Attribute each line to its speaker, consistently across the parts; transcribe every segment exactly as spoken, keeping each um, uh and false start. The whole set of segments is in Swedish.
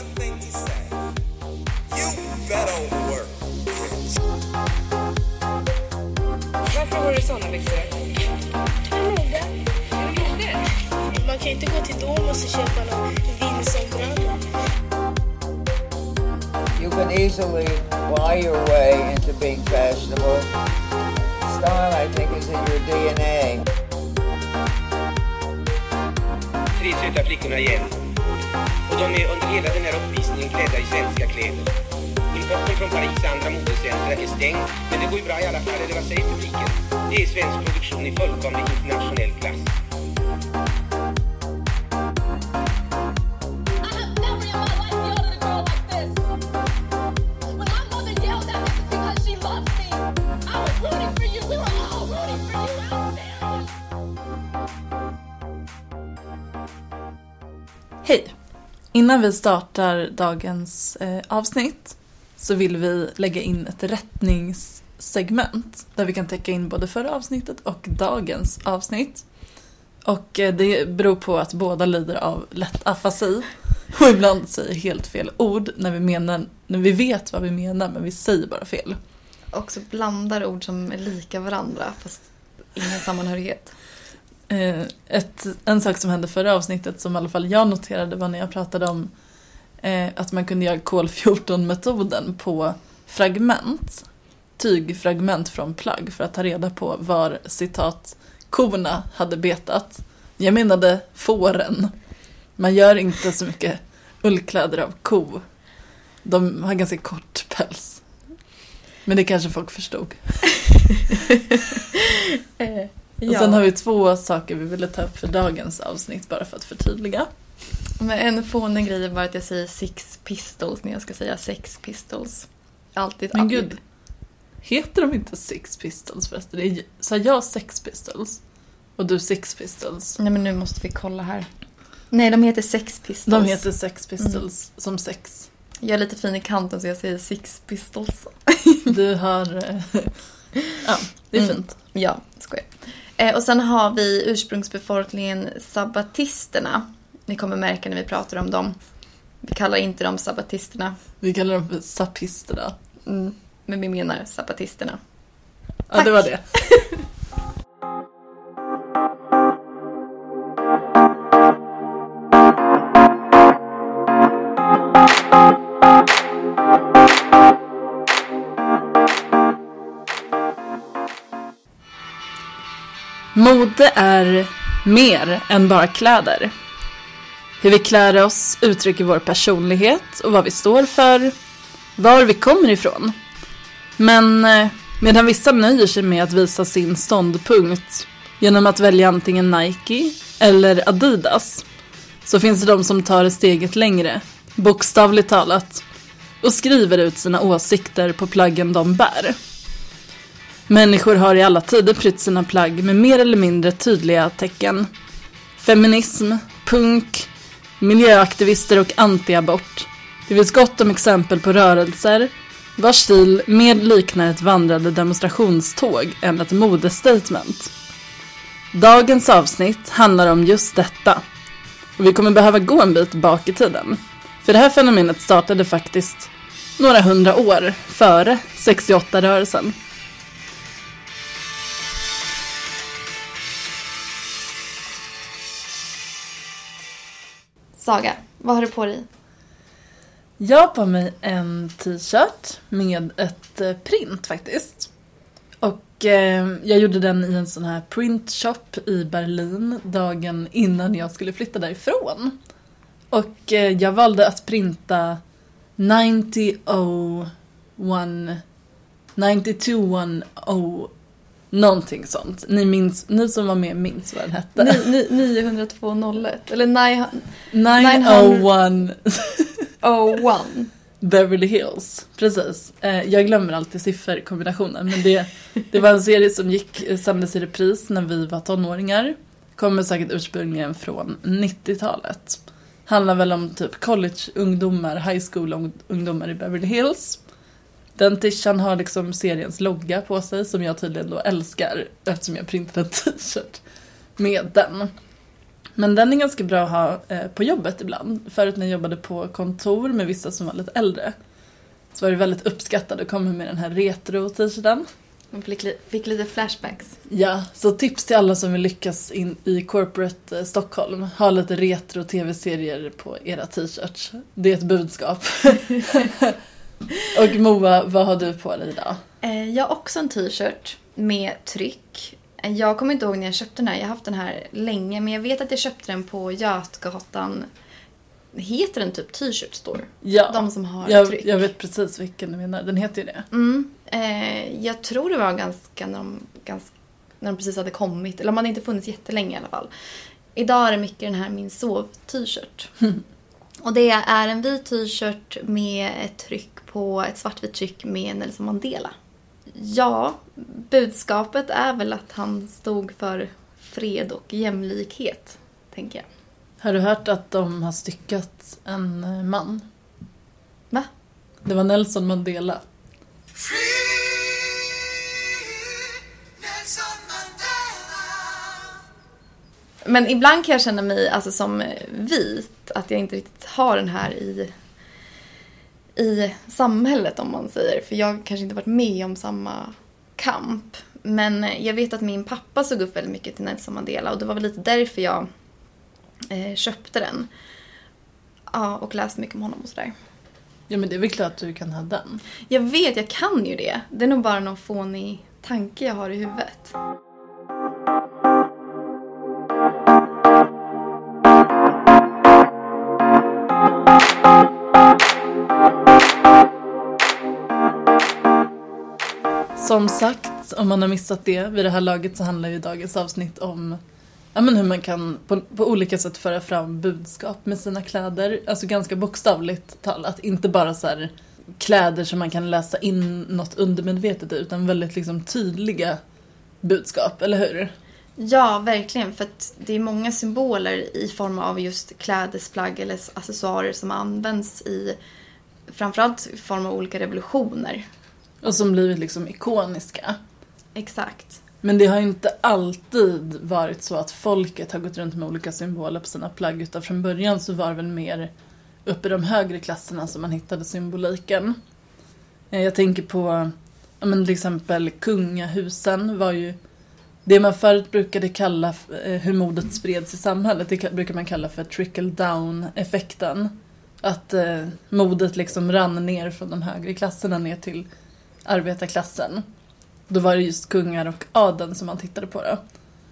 Speaker 1: one thing you say. You better work.
Speaker 2: Varför har du såna byxor?
Speaker 3: Mode.
Speaker 2: Är det mode?
Speaker 3: Man kan inte gå till Domus och köpa någon vindsombrand.
Speaker 4: You can easily buy your way into being fashionable. Style, I think, is in your D N A.
Speaker 5: Tre söta flickorna igen. Och de är under hela den här uppvisningen klädda i svenska kläder. Importen från Paris andra modecentra är stängd, men det går ju bra i alla fall, eller vad säger publiken? Det är svensk produktion i fullkomlig internationell klass.
Speaker 6: Hej! Innan vi startar dagens eh, avsnitt så vill vi lägga in ett rättningssegment där vi kan täcka in både förra avsnittet och dagens avsnitt. Och eh, det beror på att båda lider av lätt afasi och ibland säger helt fel ord när vi, menar, när vi vet vad vi menar men vi säger bara fel.
Speaker 7: Också blandar ord som är lika varandra fast ingen sammanhörighet.
Speaker 6: Ett, en sak som hände förra avsnittet som i alla fall jag noterade var när jag pratade om eh, att man kunde göra kol fjorton-metoden på fragment, tygfragment från plagg för att ta reda på var, citat, korna hade betat. Jag menade fåren. Man gör inte så mycket ullkläder av ko. De har ganska kort päls. Men det kanske folk förstod.
Speaker 7: eh.
Speaker 6: Och sen har vi två saker vi ville ta upp för dagens avsnitt bara för att förtydliga.
Speaker 7: Men en fånig grej är bara att jag säger Six Pistols när jag ska säga Sex Pistols. Alltid.
Speaker 6: Men gud, heter de inte Six Pistols förresten? Det är, så jag Sex Pistols och du Six Pistols.
Speaker 7: Nej, men nu måste vi kolla här. Nej, de heter Sex Pistols.
Speaker 6: De heter Sex Pistols mm. som sex.
Speaker 7: Jag är lite fin i kanten så jag säger Six Pistols.
Speaker 6: Du har... ja, det är mm. fint.
Speaker 7: Ja, skojar. Eh, och sen har vi ursprungsbefolkningen sabbatisterna. Ni kommer märka när vi pratar om dem. Vi kallar inte dem sabbatisterna.
Speaker 6: Vi kallar dem för sappisterna.
Speaker 7: Mm, men vi menar sabbatisterna.
Speaker 6: Ja, tack. Det var det. Mode är mer än bara kläder. Hur vi klär oss uttrycker vår personlighet och vad vi står för, var vi kommer ifrån. Men medan vissa nöjer sig med att visa sin ståndpunkt genom att välja antingen Nike eller Adidas, så finns det de som tar steget längre, bokstavligt talat, och skriver ut sina åsikter på plaggen de bär. Människor har i alla tider prytt sina plagg med mer eller mindre tydliga tecken. Feminism, punk, miljöaktivister och antiabort. Det finns gott om exempel på rörelser vars stil mer liknar ett vandrande demonstrationståg än ett modestatement. Dagens avsnitt handlar om just detta. Och vi kommer behöva gå en bit bak i tiden. För det här fenomenet startade faktiskt några hundra år före sextioåtta-rörelsen.
Speaker 7: Saga, vad har du på dig?
Speaker 6: Jag har på mig en t-shirt med ett print faktiskt. Och eh, jag gjorde den i en sån här printshop i Berlin dagen innan jag skulle flytta därifrån. Och eh, jag valde att printa niohundraett, niohundratvå någonting sånt. Ni minns, ni som var med minns vad den hette.
Speaker 7: Ni, ni, niohundratvå noll ett eller nio
Speaker 6: ett Beverly Hills. Precis. Jag glömmer alltid sifferkombinationen, men det, det var en serie som gick sändes i repris när vi var tonåringar. Kommer säkert ursprungligen från nittiotalet. Handlar väl om typ college-ungdomar, high school-ungdomar i Beverly Hills. Den t-shirten har liksom seriens logga på sig som jag tydligen då älskar eftersom jag printade en t-shirt med den. Men den är ganska bra att ha eh, på jobbet ibland. Förut när jag jobbade på kontor med vissa som var lite äldre, så var det väldigt uppskattat att komma med den här retro-t-shirten.
Speaker 7: Man fick, li- fick lite flashbacks.
Speaker 6: Ja, så tips till alla som vill lyckas in i corporate eh, Stockholm. Ha lite retro-tv-serier på era t-shirts. Det är ett budskap. Och Moa, vad har du på dig idag?
Speaker 7: Eh, jag har också en t-shirt med tryck. Eh, Jag kommer inte ihåg när jag köpte den här. Jag har haft den här länge. Men jag vet att jag köpte den på Götgatan. Heter den typ t-shirt store?
Speaker 6: Ja,
Speaker 7: De som har
Speaker 6: jag,
Speaker 7: tryck.
Speaker 6: jag vet precis vilken du menar. Den heter ju det.
Speaker 7: Mm. Eh, jag tror det var ganska när, de, ganska när de precis hade kommit. Eller de hade inte funnits jättelänge i alla fall. Idag är det mycket den här min sov-t-shirt. Och det är en vit t-shirt med ett tryck på ett svartvitt tryck med Nelson Mandela. Ja, budskapet är väl att han stod för fred och jämlikhet, tänker jag.
Speaker 6: Har du hört att de har styckat en man?
Speaker 7: Va?
Speaker 6: Det var Nelson Mandela.
Speaker 7: Men ibland kan jag känna mig alltså, som vit, att jag inte riktigt har den här i, i samhället, om man säger. För jag kanske inte varit med om samma kamp. Men jag vet att min pappa såg upp väldigt mycket till Nelson Mandela, och det var väl lite därför jag eh, köpte den. Ja, och läste mycket om honom och sådär.
Speaker 6: Ja, men det är väl klart att du kan ha den.
Speaker 7: Jag vet, jag kan ju det. Det är nog bara någon fånig tanke jag har i huvudet.
Speaker 6: Som sagt, om man har missat det vid det här laget, så handlar ju dagens avsnitt om ja, men hur man kan på, på olika sätt föra fram budskap med sina kläder. Alltså ganska bokstavligt talat. Inte bara så här kläder som man kan läsa in något undermedvetet, utan väldigt liksom tydliga budskap, eller hur?
Speaker 7: Ja, verkligen. För att det är många symboler i form av just klädesplagg eller accessoarer som används i framförallt i form av olika revolutioner.
Speaker 6: Och som blivit liksom ikoniska.
Speaker 7: Exakt.
Speaker 6: Men det har inte alltid varit så att folket har gått runt med olika symboler på sina plagg, utan från början så var det väl mer uppe i de högre klasserna som man hittade symboliken. Jag tänker på, ja, men till exempel kungahusen var ju det man förut brukade kalla hur modet spreds i samhället. Det brukar man kalla för trickle-down-effekten. Att eh, modet liksom rann ner från de högre klasserna ner till arbetarklassen. Då var det just kungar och adeln som man tittade på då.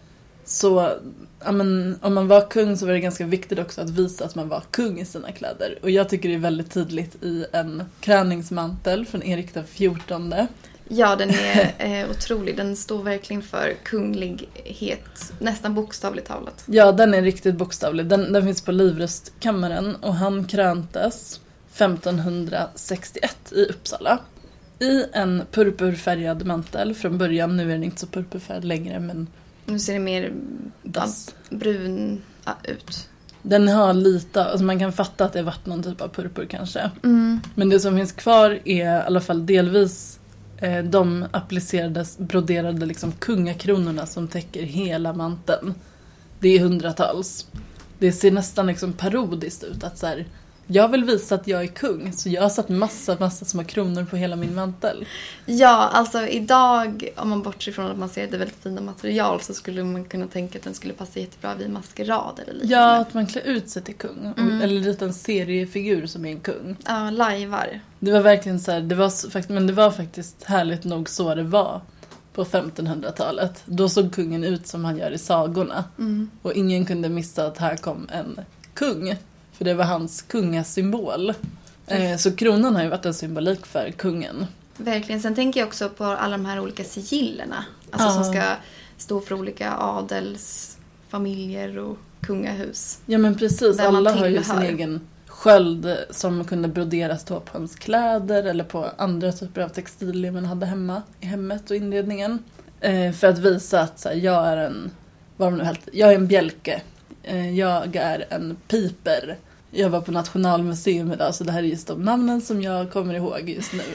Speaker 6: Så ja, men, om man var kung så var det ganska viktigt också att visa att man var kung i sina kläder. Och jag tycker det är väldigt tydligt i en kröningsmantel från Erik den fjortonde.
Speaker 7: Ja, den är eh, otrolig. Den står verkligen för kunglighet, nästan bokstavligt talat.
Speaker 6: Ja, den är riktigt bokstavlig. Den, den finns på Livrustkammaren och han kröntes femtonhundrasextioett i Uppsala. I en purpurfärgad mantel från början. Nu är den inte så purpurfärgad längre, men
Speaker 7: Nu ser det mer
Speaker 6: das.
Speaker 7: brun ja, ut.
Speaker 6: Den har lite, alltså man kan fatta att det har varit någon typ av purpur kanske.
Speaker 7: Mm.
Speaker 6: Men det som finns kvar är i alla fall delvis eh, de applicerade, broderade liksom kungakronorna som täcker hela manteln. Det är hundratals. Det ser nästan liksom parodiskt ut att så här, jag vill visa att jag är kung, så jag har satt massa, massa små kronor på hela min mantel.
Speaker 7: Ja, alltså idag, om man bortser från att man ser det väldigt fina material, så skulle man kunna tänka att den skulle passa jättebra vid maskerad eller liknande.
Speaker 6: Ja, att man klär ut sig till kung.
Speaker 7: Mm.
Speaker 6: Eller lite en seriefigur som är en kung.
Speaker 7: Ja, lajvar.
Speaker 6: Det var verkligen så här, det var, men det var faktiskt härligt nog så det var på femtonhundratalet. Då såg kungen ut som han gör i sagorna.
Speaker 7: Mm.
Speaker 6: Och ingen kunde missa att här kom en kung. För det var hans kungasymbol. Eh, så kronan har ju varit en symbolik för kungen.
Speaker 7: Verkligen. Sen tänker jag också på alla de här olika sigillerna. Alltså
Speaker 6: Ja.
Speaker 7: som ska stå för olika adelsfamiljer och kungahus.
Speaker 6: Ja, men precis.
Speaker 7: Där man
Speaker 6: Alla har ju
Speaker 7: tillhör.
Speaker 6: sin egen sköld som kunde broderas då på hans kläder eller på andra typer av textilier man hade hemma i hemmet och inredningen. Eh, för att visa att så här, jag är en vad nu helt, jag är en bjälke. Eh, jag är en piper. Jag var på Nationalmuseum idag, så det här är just de namnen som jag kommer ihåg just nu.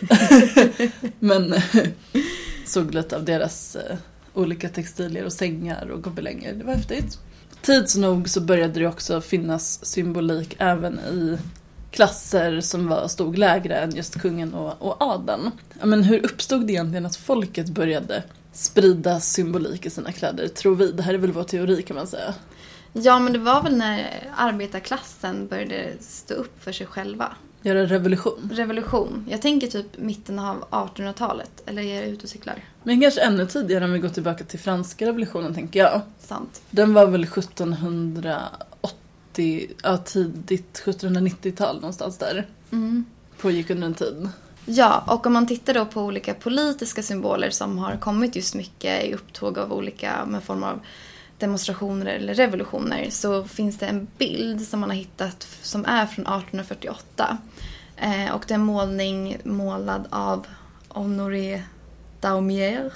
Speaker 6: Men såg lite av deras eh, olika textilier och sängar och gobelänger. Det var häftigt. Tids nog så började det också finnas symbolik även i klasser som var, stod lägre än just kungen och, och adeln. Ja, men hur uppstod det egentligen att folket började sprida symbolik i sina kläder, tror vi? Det här är väl vår teori, kan man säga.
Speaker 7: Ja, men det var väl när arbetarklassen började stå upp för sig själva.
Speaker 6: Göra revolution.
Speaker 7: Revolution. Jag tänker typ mitten av artonhundratalet. Eller är jag ute och cyklar?
Speaker 6: Men kanske ännu tidigare om vi går tillbaka till franska revolutionen, tänker jag.
Speaker 7: Sant.
Speaker 6: Den var väl sjuttonhundraåttio, ja, tidigt sjuttonhundranittiotal någonstans där.
Speaker 7: Mm.
Speaker 6: Pågick under en tid.
Speaker 7: Ja, och om man tittar då på olika politiska symboler som har kommit just mycket i upptåg av olika med form av demonstrationer eller revolutioner, så finns det en bild som man har hittat som är från arton fyrtioåtta. Eh, och det är en målning målad av Honoré Daumier.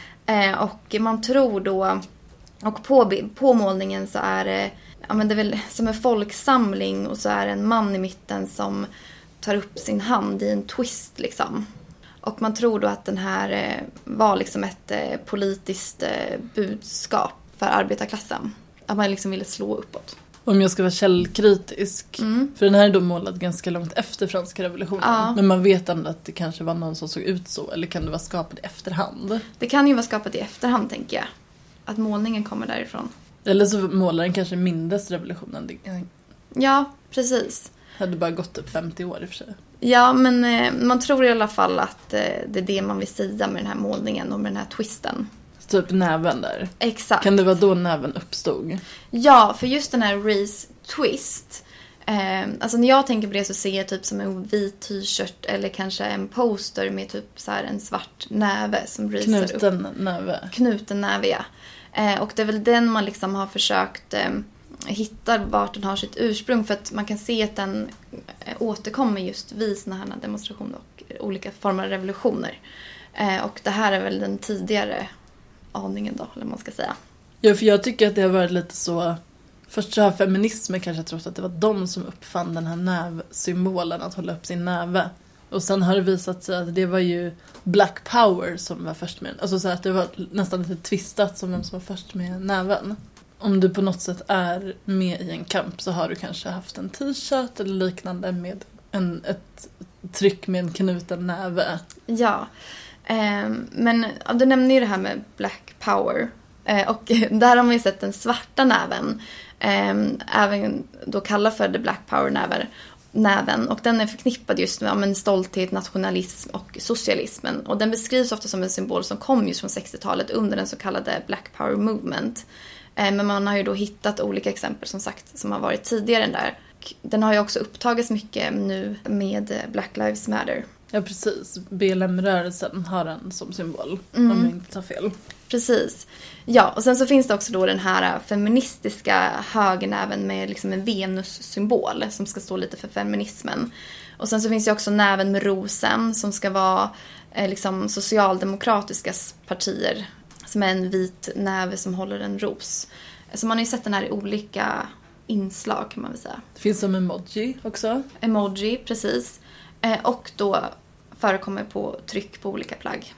Speaker 7: Eh, och man tror då, och på, på målningen så är det, ja, men det är väl som en folksamling, och så är det en man i mitten som tar upp sin hand i en twist liksom. Och man tror då att den här eh, var liksom ett eh, politiskt eh, budskap för arbetarklassen. Att man liksom ville slå uppåt.
Speaker 6: Om jag ska vara källkritisk.
Speaker 7: Mm.
Speaker 6: För den här är då målad ganska långt efter franska revolutionen.
Speaker 7: Ja.
Speaker 6: Men man vet ändå att det kanske var någon som såg ut så. Eller kan det vara skapat i efterhand?
Speaker 7: Det kan ju vara skapat i efterhand, tänker jag. Att målningen kommer därifrån.
Speaker 6: Eller så målaren kanske mindes revolutionen. Det
Speaker 7: Ja, precis.
Speaker 6: hade bara gått upp femtio år i och för sig.
Speaker 7: Ja, men eh, man tror i alla fall att eh, det är det man vill säga med den här målningen och med den här twisten.
Speaker 6: Typ näven där.
Speaker 7: Exakt.
Speaker 6: Kan det vara då näven uppstod?
Speaker 7: Ja, för just den här race twist. Eh, alltså när jag tänker på det så ser jag typ som en vit t-shirt eller kanske en poster med typ så här en svart näve som racear upp.
Speaker 6: Knuten näve.
Speaker 7: Knuten näve, ja. Eh, och det är väl den man liksom har försökt eh, hitta vart den har sitt ursprung, för att man kan se att den eh, återkommer just vid såna här demonstrationer och olika former av revolutioner. Eh, och det här är väl den tidigare aningen då, eller man ska säga.
Speaker 6: Ja, för jag tycker att det har varit lite så. Först så har feminismen kanske trott att det var de som uppfann den här nävsymbolen, att hålla upp sin näve. Och sen har det visat sig att det var ju Black Power som var först med. Alltså så att det var nästan lite twistat som vem som var först med näven. Om du på något sätt är med i en kamp så har du kanske haft en t-shirt eller liknande med en, ett tryck med en knuten näve.
Speaker 7: Ja, eh, men ja, du nämnde ju det här med Black Power. Eh, och där har man ju sett den svarta näven. Eh, även då kallad för the Black Power-näver. Näven, och den är förknippad just med, med stolthet, nationalism och socialismen. Och den beskrivs ofta som en symbol som kom just från sextiotalet under den så kallade Black Power Movement. Eh, men man har ju då hittat olika exempel som sagt som har varit tidigare än där. Den har ju också upptagits mycket nu med Black Lives Matter.
Speaker 6: Ja, precis. B L M-rörelsen har den som symbol,
Speaker 7: Mm.
Speaker 6: om jag inte tar fel.
Speaker 7: Precis. Ja, och sen så finns det också då den här feministiska högernäven med liksom en Venus-symbol som ska stå lite för feminismen. Och sen så finns det också näven med rosen som ska vara eh, liksom socialdemokratiska partier, som är en vit näve som håller en ros. Så man har ju sett den här i olika inslag, kan man väl säga.
Speaker 6: Det finns som emoji också.
Speaker 7: Emoji, precis. Eh, och då förekommer på tryck på olika plagg.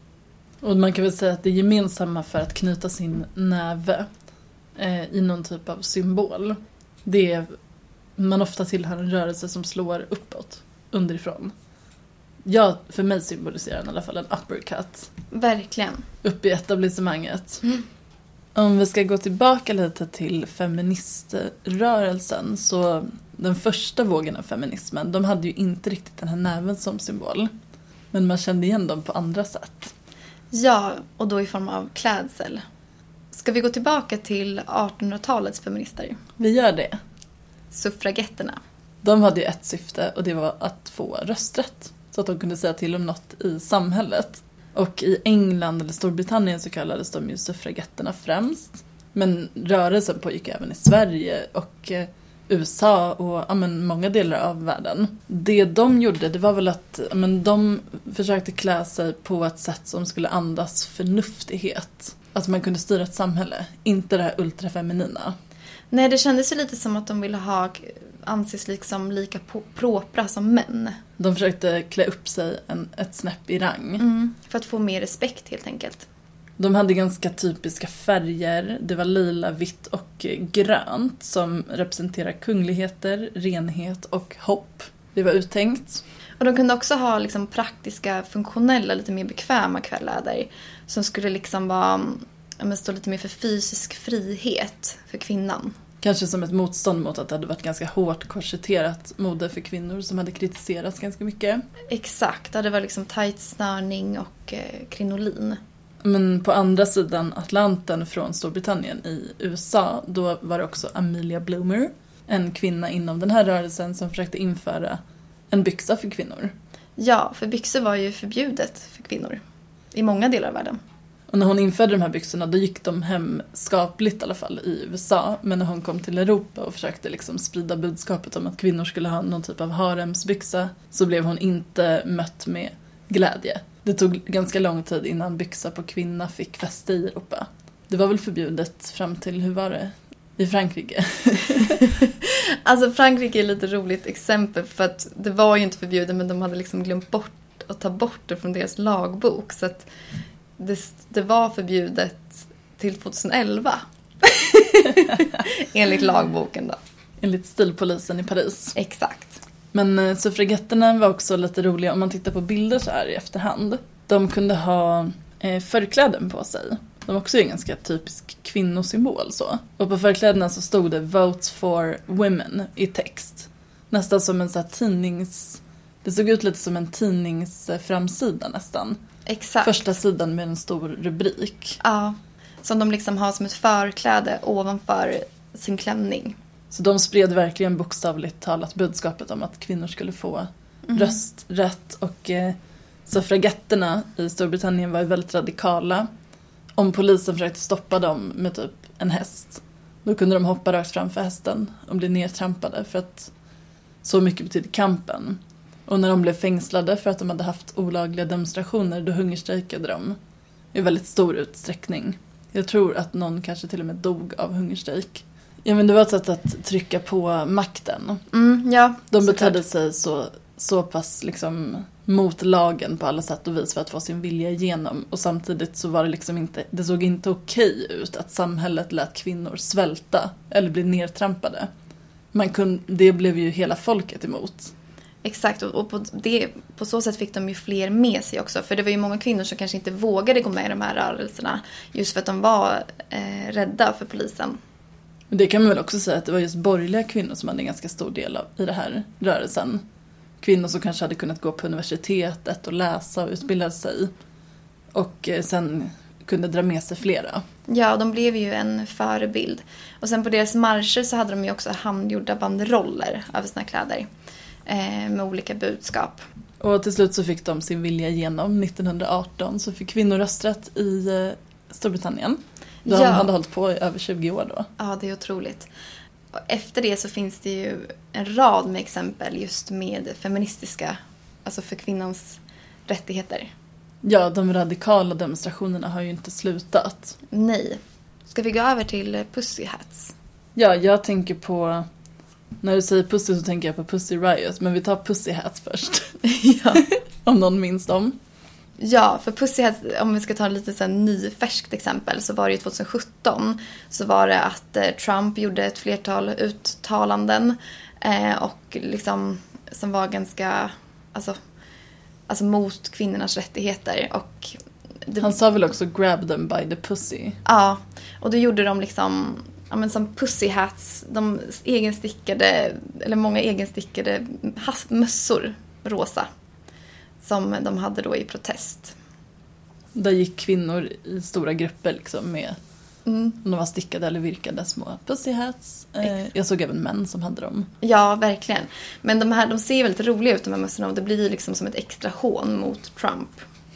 Speaker 6: Och man kan väl säga att det är gemensamma för att knyta sin näve eh, i någon typ av symbol. Det är man ofta tillhör en rörelse som slår uppåt, underifrån. Ja, för mig symboliserar den i alla fall en uppercut.
Speaker 7: Verkligen.
Speaker 6: Upp i etablissemanget.
Speaker 7: Mm.
Speaker 6: Om vi ska gå tillbaka lite till feministrörelsen, så den första vågen av feminismen, de hade ju inte riktigt den här näven som symbol. Men man kände igen dem på andra sätt.
Speaker 7: Ja, och då i form av klädsel. Ska vi gå tillbaka till artonhundratalets feminister?
Speaker 6: Vi gör det.
Speaker 7: Suffragetterna.
Speaker 6: De hade ju ett syfte, och det var att få rösträtt. Så att de kunde säga till om något i samhället. Och i England eller Storbritannien så kallades de ju suffragetterna främst. Men rörelsen pågick även i Sverige och eh, U S A och ja, men, många delar av världen. Det de gjorde, det var väl att ja, men, de försökte klä sig på ett sätt som skulle andas förnuftighet. Att man kunde styra ett samhälle, inte det här ultrafeminina.
Speaker 7: Nej, det kändes ju lite som att de ville ha, anses liksom lika propra som män.
Speaker 6: De försökte klä upp sig en, ett snäpp i rang.
Speaker 7: Mm, för att få mer respekt helt enkelt.
Speaker 6: De hade ganska typiska färger. Det var lila, vitt och grönt som representerar kungligheter, renhet och hopp. Det var uttänkt.
Speaker 7: Och de kunde också ha liksom praktiska, funktionella, lite mer bekväma kläder som skulle liksom vara, ja, men stå lite mer för fysisk frihet för kvinnan.
Speaker 6: Kanske som ett motstånd mot att det hade varit ganska hårt korsetterat mode för kvinnor som hade kritiserats ganska mycket.
Speaker 7: Exakt, det var liksom tight snörning och eh, krinolin.
Speaker 6: Men på andra sidan Atlanten från Storbritannien i U S A, då var det också Amelia Bloomer, en kvinna inom den här rörelsen som försökte införa en byxa för kvinnor.
Speaker 7: Ja, för byxor var ju förbjudet för kvinnor i många delar av världen.
Speaker 6: Och när hon införde de här byxorna, då gick de hem skapligt i alla fall i U S A. Men när hon kom till Europa och försökte liksom sprida budskapet om att kvinnor skulle ha någon typ av haremsbyxa, så blev hon inte mött med glädje. Det tog ganska lång tid innan byxa på kvinna fick fäste i Europa. Det var väl förbjudet fram till, hur var det? I Frankrike.
Speaker 7: Alltså Frankrike är ett lite roligt exempel för att det var ju inte förbjudet, men de hade liksom glömt bort att ta bort det från deras lagbok. Så att det, det var förbjudet till tjugoelva. Enligt lagboken då.
Speaker 6: Enligt stilpolisen i Paris.
Speaker 7: Exakt.
Speaker 6: Men suffragetterna var också lite roliga om man tittar på bilder så här i efterhand. De kunde ha eh, förkläden på sig. De också är en ganska typisk kvinnosymbol så. Och på förklädena så stod det Votes for Women i text. Nästan som en så här tidnings... Det såg ut lite som en tidningsframsida nästan.
Speaker 7: Exakt.
Speaker 6: Första sidan med en stor rubrik.
Speaker 7: Ja, som de liksom har som ett förkläde ovanför sin klänning.
Speaker 6: Så de spred verkligen bokstavligt talat budskapet om att kvinnor skulle få mm. rösträtt. Och eh, suffragetterna i Storbritannien var väldigt radikala. Om polisen försökte stoppa dem med typ en häst, då kunde de hoppa rakt framför hästen och bli nedtrampade för att så mycket betydde kampen. Och när de blev fängslade för att de hade haft olagliga demonstrationer, då hungerstrejkade de i väldigt stor utsträckning. Jag tror att någon kanske till och med dog av hungerstrejk. Ja, men det var ett sätt att trycka på makten.
Speaker 7: Mm, ja,
Speaker 6: de betedde sig så, så pass liksom mot lagen på alla sätt och vis för att få sin vilja igenom. Och samtidigt så var det liksom inte, det såg inte okej ut att samhället lät kvinnor svälta eller bli nedtrampade. Man kunde, det blev ju hela folket emot.
Speaker 7: Exakt, och på, det, på så sätt fick de ju fler med sig också. För det var ju många kvinnor som kanske inte vågade gå med i de här rörelserna. Just för att de var eh, rädda för polisen.
Speaker 6: Det kan man väl också säga att det var just borgerliga kvinnor som hade en ganska stor del av i det här rörelsen. Kvinnor som kanske hade kunnat gå på universitetet och läsa och utbilda sig. Och eh, sen kunde dra med sig flera.
Speaker 7: Ja, de blev ju en förebild. Och sen på deras marscher så hade de ju också handgjorda banderoller över sina kläder. Eh, med olika budskap.
Speaker 6: Och till slut så fick de sin vilja igenom. nittonhundraarton så fick kvinnor rösträtt i eh, Storbritannien. De
Speaker 7: ja.
Speaker 6: hade hållit på i över tjugo år då.
Speaker 7: Ja, det är otroligt. Och efter det så finns det ju en rad med exempel just med feministiska, alltså för kvinnans rättigheter.
Speaker 6: Ja, de radikala demonstrationerna har ju inte slutat.
Speaker 7: Nej. Ska vi gå över till Pussy Hats?
Speaker 6: Ja, jag tänker på... När du säger Pussy så tänker jag på Pussy Riot. Men vi tar Pussy Hats först.
Speaker 7: Ja.
Speaker 6: Om någon minns dem.
Speaker 7: Ja, för Pussy Hats, om vi ska ta lite så här nyfärskt exempel, så var det ju tjugosjutton så var det att eh, Trump gjorde ett flertal uttalanden eh, och liksom som var ganska alltså, alltså mot kvinnornas rättigheter. Och det,
Speaker 6: han sa väl också grab them by the pussy.
Speaker 7: Ja, och då gjorde de liksom ja, men som Pussy Hats, de egenstickade, eller många egenstickade mössor, rosa, som de hade då i protest.
Speaker 6: Där gick kvinnor i stora grupper liksom med,
Speaker 7: mm.
Speaker 6: de var stickade eller virkade små Pussy Hats. Eh, jag såg även män som hade dem.
Speaker 7: Ja, verkligen. Men de här, de ser väldigt roliga ut, de här mössorna, och det blir liksom som ett extra hån mot Trump.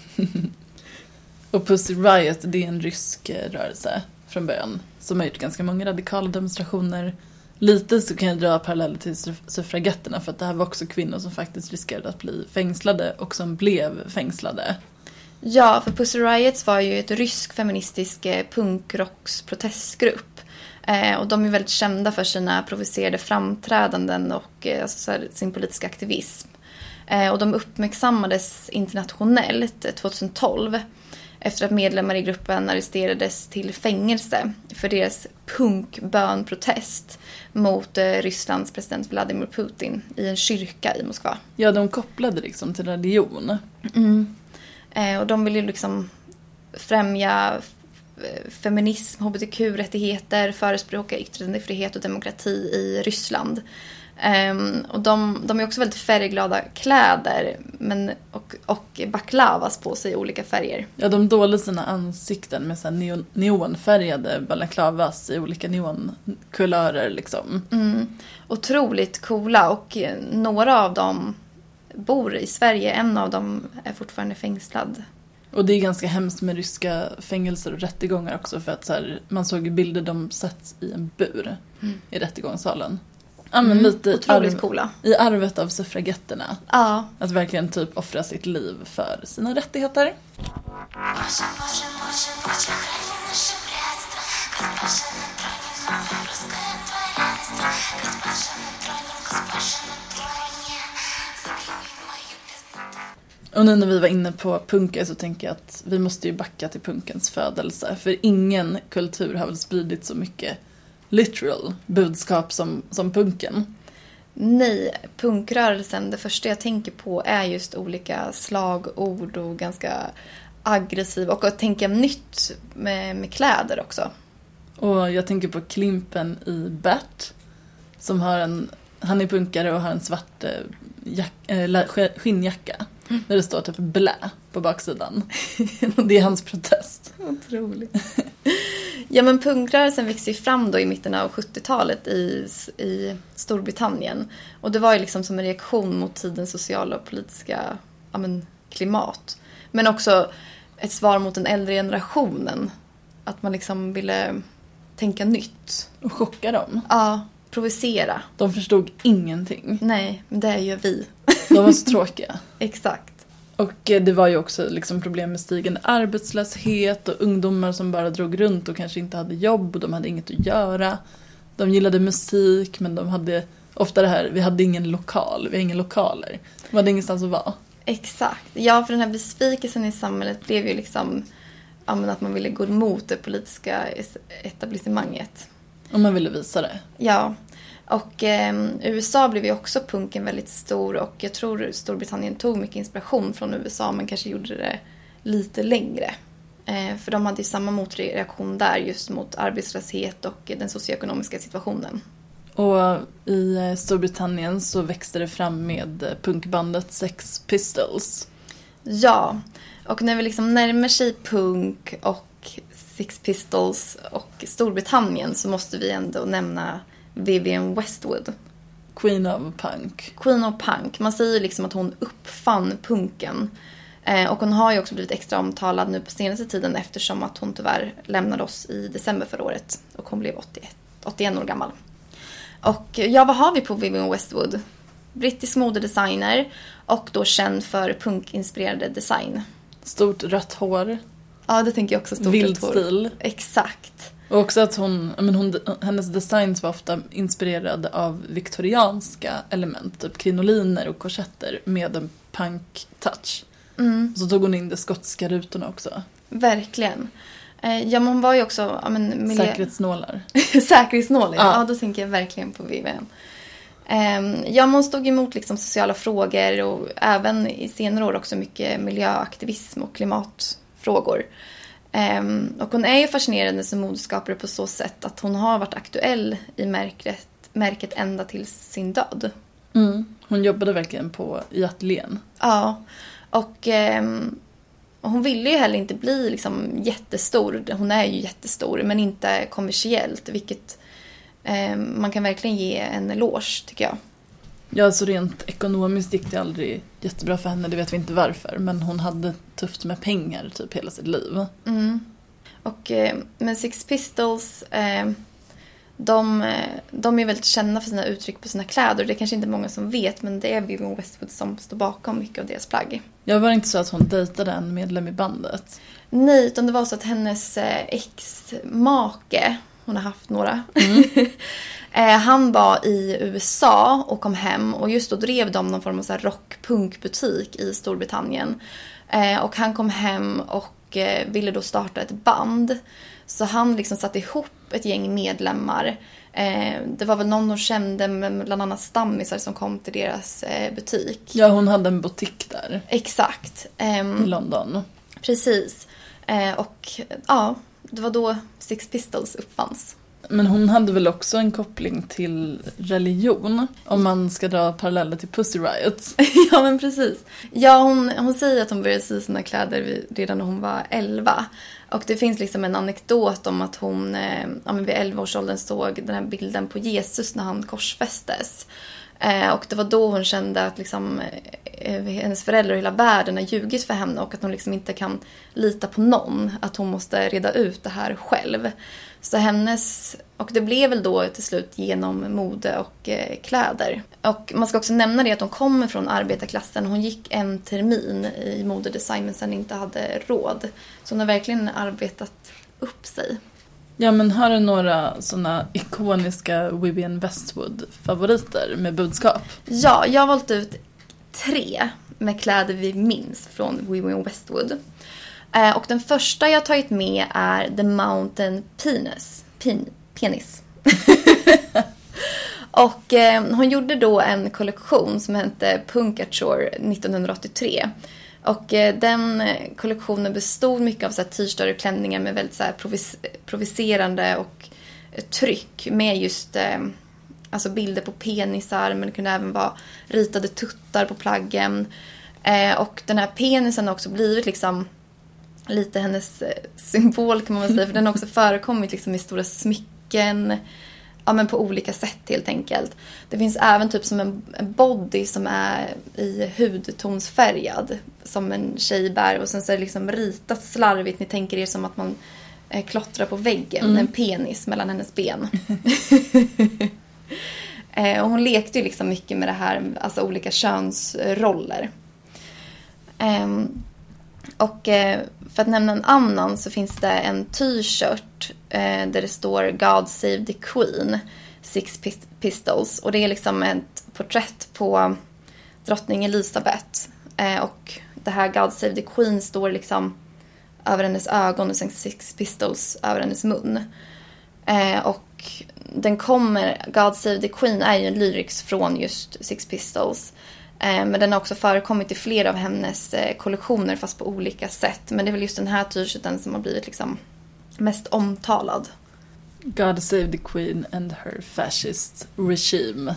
Speaker 6: Och Pussy Riot, det är en rysk rörelse från början som har gjort ganska många radikala demonstrationer. Lite så kan jag dra paralleller till suffragetterna, för att det här var också kvinnor som faktiskt riskerade att bli fängslade och som blev fängslade.
Speaker 7: Ja, för Pussy Riots var ju ett rysk feministisk punkrocks-protestgrupp. Eh, och de är väldigt kända för sina provocerade framträdanden och eh, alltså så här, sin politiska aktivism. Eh, och de uppmärksammades internationellt tjugotolv. efter att medlemmar i gruppen arresterades till fängelse för deras punkbönprotest mot eh, Rysslands president Vladimir Putin i en kyrka i Moskva.
Speaker 6: Ja, de kopplade liksom till religion.
Speaker 7: Mm. Eh, och de ville liksom främja f- feminism, hbtq-rättigheter, förespråka yttrandefrihet och demokrati i Ryssland. Um, och de, de är också väldigt färgglada kläder men, och, och baklavas på sig i olika färger.
Speaker 6: Ja, de dolde sina ansikten med så här neon, neonfärgade balaklavas i olika neonkulörer liksom.
Speaker 7: Mm. Otroligt coola, och några av dem bor i Sverige. En av dem är fortfarande fängslad.
Speaker 6: Och det är ganska hemskt med ryska fängelser och rättegångar också, för att så här, man såg bilder de sätts i en bur mm. i rättegångssalen. Ja, men
Speaker 7: mm.
Speaker 6: lite
Speaker 7: Otroligt
Speaker 6: arv,
Speaker 7: coola.
Speaker 6: I arvet av suffragetterna.
Speaker 7: Ja.
Speaker 6: Att verkligen typ offra sitt liv för sina rättigheter. Och nu när vi var inne på punken så tänker jag att vi måste ju backa till punkens födelse. För ingen kultur har väl spridit så mycket literal budskap som, som punken.
Speaker 7: Nej, punkrörelsen, det första jag tänker på är just olika slagord och ganska aggressiv. Och att tänka nytt med, med kläder också. Och
Speaker 6: jag tänker på Klimpen i Bert. Som har en, han är punkare och har en svart eh, jack, eh, skinnjacka. Mm. Där det står typ blä på baksidan. Det är hans protest.
Speaker 7: Otroligt. Ja, men punkrörelsen växte ju fram då i mitten av sjuttiotalet i, i Storbritannien. Och det var ju liksom som en reaktion mot tidens sociala och politiska ja, men, klimat. Men också ett svar mot den äldre generationen. Att man liksom ville tänka nytt.
Speaker 6: Och chocka dem.
Speaker 7: Ja, provocera.
Speaker 6: De förstod ingenting.
Speaker 7: Nej, men det gör vi.
Speaker 6: De var så tråkiga.
Speaker 7: Exakt.
Speaker 6: Och det var ju också liksom problem med stigande arbetslöshet och ungdomar som bara drog runt och kanske inte hade jobb och de hade inget att göra. De gillade musik, men de hade ofta det här, vi hade ingen lokal, vi har ingen lokaler. De hade ingenstans att vara.
Speaker 7: Exakt. Ja, för den här besvikelsen i samhället blev ju liksom ja, men att man ville gå emot det politiska etablissemanget.
Speaker 6: Och man ville visa det.
Speaker 7: Ja. Och eh, U S A blev ju också punken väldigt stor, och jag tror Storbritannien tog mycket inspiration från U S A men kanske gjorde det lite längre. Eh, för de hade ju samma motreaktion där just mot arbetslöshet och den socioekonomiska situationen.
Speaker 6: Och i Storbritannien så växte det fram med punkbandet Sex Pistols.
Speaker 7: Ja, och när vi liksom närmar sig punk och Sex Pistols och Storbritannien så måste vi ändå nämna Vivienne Westwood.
Speaker 6: Queen of Punk.
Speaker 7: Queen of Punk. Man säger liksom att hon uppfann punken. Eh, och hon har ju också blivit extra omtalad nu på senaste tiden eftersom att hon tyvärr lämnade oss i december förra året. Och hon blev åttioett, åttioen år gammal. Och ja, vad har vi på Vivienne Westwood? Brittisk modedesigner och då känd för punkinspirerade design.
Speaker 6: Stort rött hår.
Speaker 7: Ja, det tänker jag också. Stort
Speaker 6: Vild
Speaker 7: rött hår.
Speaker 6: stil.
Speaker 7: Exakt.
Speaker 6: Och också att hon, men hon, hennes designs var ofta inspirerade av viktorianska element, typ krinoliner och korsetter med en punk-touch. Mm. Så tog hon in de skotska rutorna också.
Speaker 7: Verkligen. Ja, man var ju också... Ja, men, miljö...
Speaker 6: Säkerhetsnålar.
Speaker 7: Säkerhetsnålar, ja.
Speaker 6: Ja.
Speaker 7: Ja, då tänker jag verkligen på Vivienne. Ja, man stod emot liksom sociala frågor och även i senare år också mycket miljöaktivism och klimatfrågor. Um, och hon är ju fascinerande som modeskapare på så sätt att hon har varit aktuell i märket, märket ända till sin död.
Speaker 6: Mm. Hon jobbade verkligen på i ateljén.
Speaker 7: Ja, och, um, och hon ville ju heller inte bli liksom jättestor. Hon är ju jättestor, men inte kommersiellt, vilket um, man kan verkligen ge en eloge, tycker jag.
Speaker 6: Ja, så rent ekonomiskt gick det aldrig jättebra för henne, det vet vi inte varför. Men hon hade tufft med pengar typ hela sitt liv. Mm.
Speaker 7: Och, men Sex Pistols, de, de är väldigt kända för sina uttryck på sina kläder. Det är kanske inte många som vet, men det är Vivienne Westwood som står bakom mycket av deras plagg.
Speaker 6: Ja, var det inte så att hon dejtade en medlem i bandet?
Speaker 7: Nej, utan det var så att hennes ex-make, hon har haft några... Mm. Han var i U S A och kom hem och just då drev de någon form av så här rock-punk-butik i Storbritannien. Och han kom hem och och eh, ville då starta ett band. Så han liksom satte ihop ett gäng medlemmar. Eh, det var väl någon de kände med bland annat stammisar som kom till deras eh, butik.
Speaker 6: Ja, hon hade en butik där.
Speaker 7: Exakt. Eh,
Speaker 6: I London.
Speaker 7: Precis. Eh, och ja, det var då Sex Pistols uppfanns.
Speaker 6: Men hon hade väl också en koppling till religion, om man ska dra paralleller till Pussy Riot.
Speaker 7: Ja, men precis. Ja, hon, hon säger att hon började sy sina kläder redan när hon var elva. Och det finns liksom en anekdot om att hon eh, ja, men vid elva års åldern såg den här bilden på Jesus när han korsfästes. Eh, och det var då hon kände att liksom, eh, hennes föräldrar och hela världen har ljugit för henne och att hon liksom inte kan lita på någon. Att hon måste reda ut det här själv. Så hennes, och det blev väl då till slut genom mode och eh, kläder. Och man ska också nämna det att hon kommer från arbetarklassen. Hon gick en termin i modedesign men sen inte hade råd. Så hon har verkligen arbetat upp sig.
Speaker 6: Ja, men har du några såna ikoniska Vivienne Westwood-favoriter med budskap?
Speaker 7: Ja, jag har valt ut tre med kläder vi minns från Vivienne Westwood. Eh, och den första jag tagit med är The Mountain Penis. Pen, penis. Och eh, hon gjorde då en kollektion som hette Punkature nittonhundraåttiotre. Och eh, den kollektionen bestod mycket av så här t-shirtar och klänningar med väldigt så här provis- provocerande och eh, tryck med just eh, alltså bilder på penisar, men det kunde även vara ritade tuttar på plaggen. Eh, och den här penisen har också blivit liksom lite hennes symbol kan man väl säga, för den har också förekommit liksom i stora smycken, ja, men på olika sätt helt enkelt. Det finns även typ som en, en body som är i hudtonsfärgad som en tjej bär, och sen så är det liksom ritat slarvigt. Ni tänker er som att man eh, klottrar på väggen, mm. en penis mellan hennes ben. eh, och hon lekte ju liksom mycket med det här, alltså olika könsroller. Eh, och eh, för att nämna en annan så finns det en t-shirt eh, där det står God Save the Queen, Sex Pistols. Och det är liksom ett porträtt på drottning Elizabeth. Eh, och det här God Save the Queen står liksom över hennes ögon och sen Sex Pistols över hennes mun. Eh, och den kommer, God Save the Queen är ju en lyrics från just Sex Pistols. Men den har också förekommit i flera av hennes kollektioner fast på olika sätt. Men det är väl just den här t-shirten som har blivit liksom mest omtalad.
Speaker 6: God save the Queen and her fascist regime.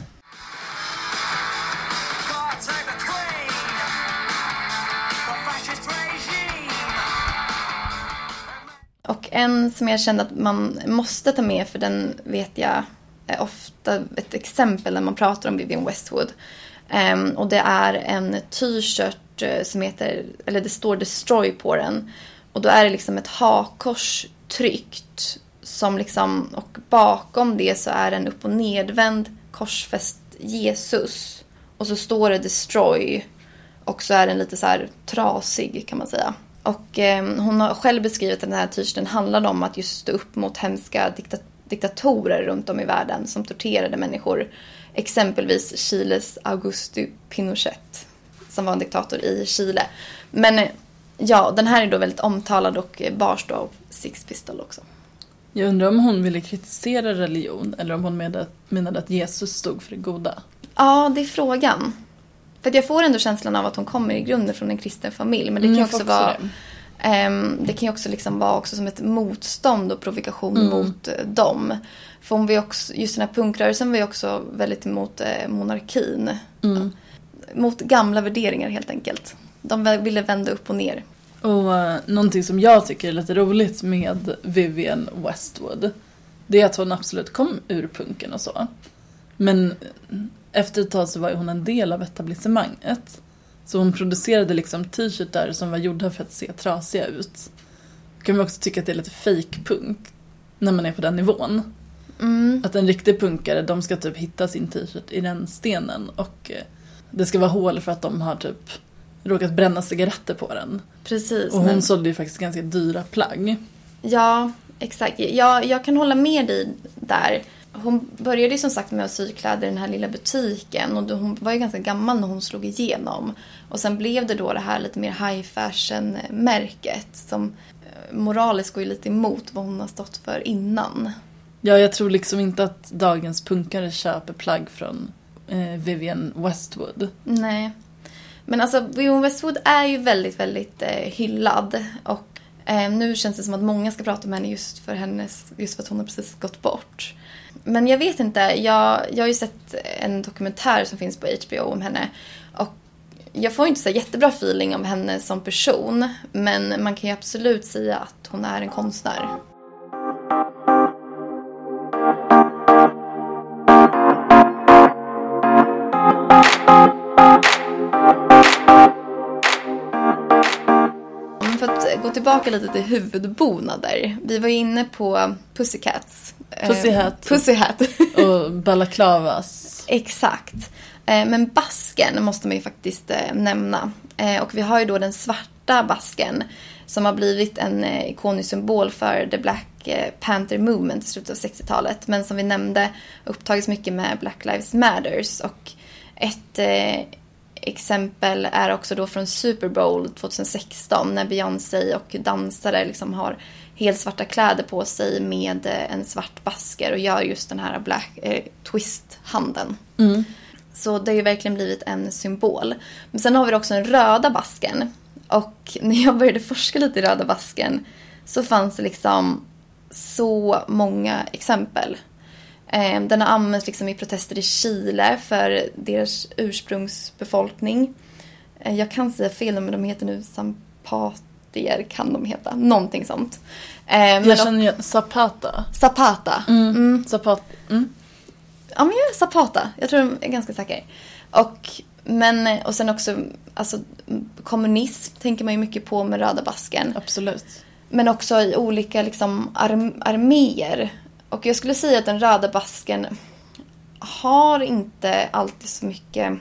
Speaker 7: Och en som jag kände att man måste ta med, för den vet jag är ofta ett exempel när man pratar om Vivienne Westwood. Um, och det är en t-shirt som heter, eller det står Destroy på den. Och då är det liksom ett hakkors tryckt som liksom, och bakom det så är en upp- och nedvänd korsfäst Jesus. Och så står det Destroy, och så är den lite så här trasig kan man säga. Och um, hon har själv beskrivit att den här t-shirten handlade om att just stå upp mot hemska dikta- diktatorer runt om i världen som torterade människor. Exempelvis Chiles Augusto Pinochet, som var en diktator i Chile. Men ja, den här är då väldigt omtalad och bars då av Sex Pistols också.
Speaker 6: Jag undrar om hon ville kritisera religion eller om hon menade, menade att Jesus stod för det goda.
Speaker 7: Ja, det är frågan. För att jag får ändå känslan av att hon kommer i grunden från en kristen familj. Men det kan ju också, också vara... Det. Um, det kan ju också liksom vara också som ett motstånd och provokation mm. mot uh, dem. För hon var också, just den här punkrörelsen var ju också väldigt emot eh, monarkin. Mm. Mot gamla värderingar helt enkelt. De ville vända upp och ner.
Speaker 6: Och uh, någonting som jag tycker är lite roligt med Vivienne Westwood, det är att hon absolut kom ur punken och så. Men efter ett tag så var hon en del av etablissemanget. Så hon producerade liksom t-shirtar som var gjorda för att se trasiga ut. Kan man också tycka att det är lite fake punk när man är på den nivån. Mm. Att en riktig punkare, de ska typ hitta sin t-shirt i den stenen. Och eh, det ska vara hål för att de har typ råkat bränna cigaretter på den.
Speaker 7: Precis.
Speaker 6: Och hon
Speaker 7: men...
Speaker 6: sålde ju faktiskt ganska dyra plagg.
Speaker 7: Ja, exakt. Jag, jag kan hålla med dig där. hon började ju som sagt med att sy kläder i den här lilla butiken. Och hon var ju ganska gammal när hon slog igenom. Och sen blev det då det här lite mer high fashion-märket som moraliskt går ju lite emot vad hon har stått för innan.
Speaker 6: Ja, jag tror liksom inte att dagens punkare köper plagg från eh, Vivienne Westwood.
Speaker 7: Nej. Men alltså, Vivienne Westwood är ju väldigt, väldigt eh, hyllad. Och eh, nu känns det som att många ska prata med henne just för, hennes, just för att hon har precis gått bort. Men jag vet inte, jag, jag har ju sett en dokumentär som finns på H B O om henne. Och jag får inte så jättebra feeling om henne som person. Men man kan ju absolut säga att hon är en konstnär. För att gå tillbaka lite till huvudbonader. Vi var inne på Pussycats.
Speaker 6: Pussyhat.
Speaker 7: Pussyhat.
Speaker 6: Och balaklavas.
Speaker 7: Exakt. Men basken måste man ju faktiskt nämna. Och vi har ju då den svarta basken som har blivit en ikonisk symbol för The Black Panther Movement i slutet av sextiotalet. Men som vi nämnde upptagits mycket med Black Lives Matters. Och ett exempel är också då från Super Bowl tjugohundrasexton när Beyoncé och dansare liksom har helt svarta kläder på sig med en svart basker och gör just den här black eh, twist-handen. Mm. Så det har ju verkligen blivit en symbol. Men sen har vi också den röda basken. Och när jag började forska lite i röda basken så fanns det liksom så många exempel. Den har använts liksom i protester i Chile för deras ursprungsbefolkning. Jag kan säga fel, men de heter nu Zampatier, kan de heta. Någonting sånt. Men
Speaker 6: jag känner ju Zapata.
Speaker 7: Zapata.
Speaker 6: Mm.
Speaker 7: Mm.
Speaker 6: Zapata. Mm.
Speaker 7: Ja, men jag är Zapata. Jag tror de är ganska säker. Och, men, och sen också alltså, kommunism tänker man ju mycket på med röda basken.
Speaker 6: Absolut.
Speaker 7: Men också i olika liksom, arm- arméer. Och jag skulle säga att den röda basken har inte alltid så mycket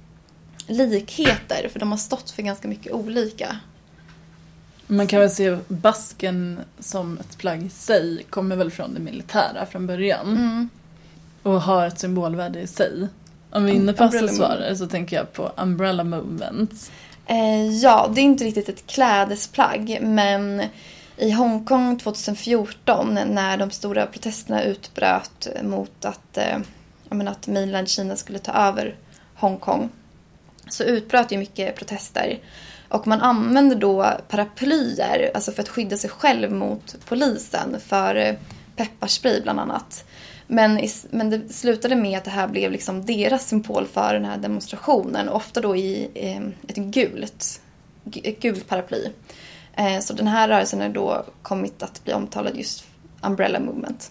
Speaker 7: likheter. För de har stått för ganska mycket olika.
Speaker 6: Man kan väl se basken som ett plagg i sig kommer väl från det militära från början. Mm. Och har ett symbolvärde i sig. Om vi är inne på accessoarer så tänker jag på umbrella movement.
Speaker 7: Eh, ja, det är inte riktigt ett klädesplagg, men i Hongkong tjugohundrafjorton när de stora protesterna utbröt mot att, eh, jag menar, att mainland Kina skulle ta över Hongkong så utbröt ju mycket protester. Och man använde då paraplyer alltså för att skydda sig själv mot polisen för pepparspray bland annat. Men, men det slutade med att det här blev liksom deras symbol för den här demonstrationen. Ofta då i eh, ett gult, ett gult paraply. Eh, så den här rörelsen är då kommit att bli omtalad just Umbrella Movement.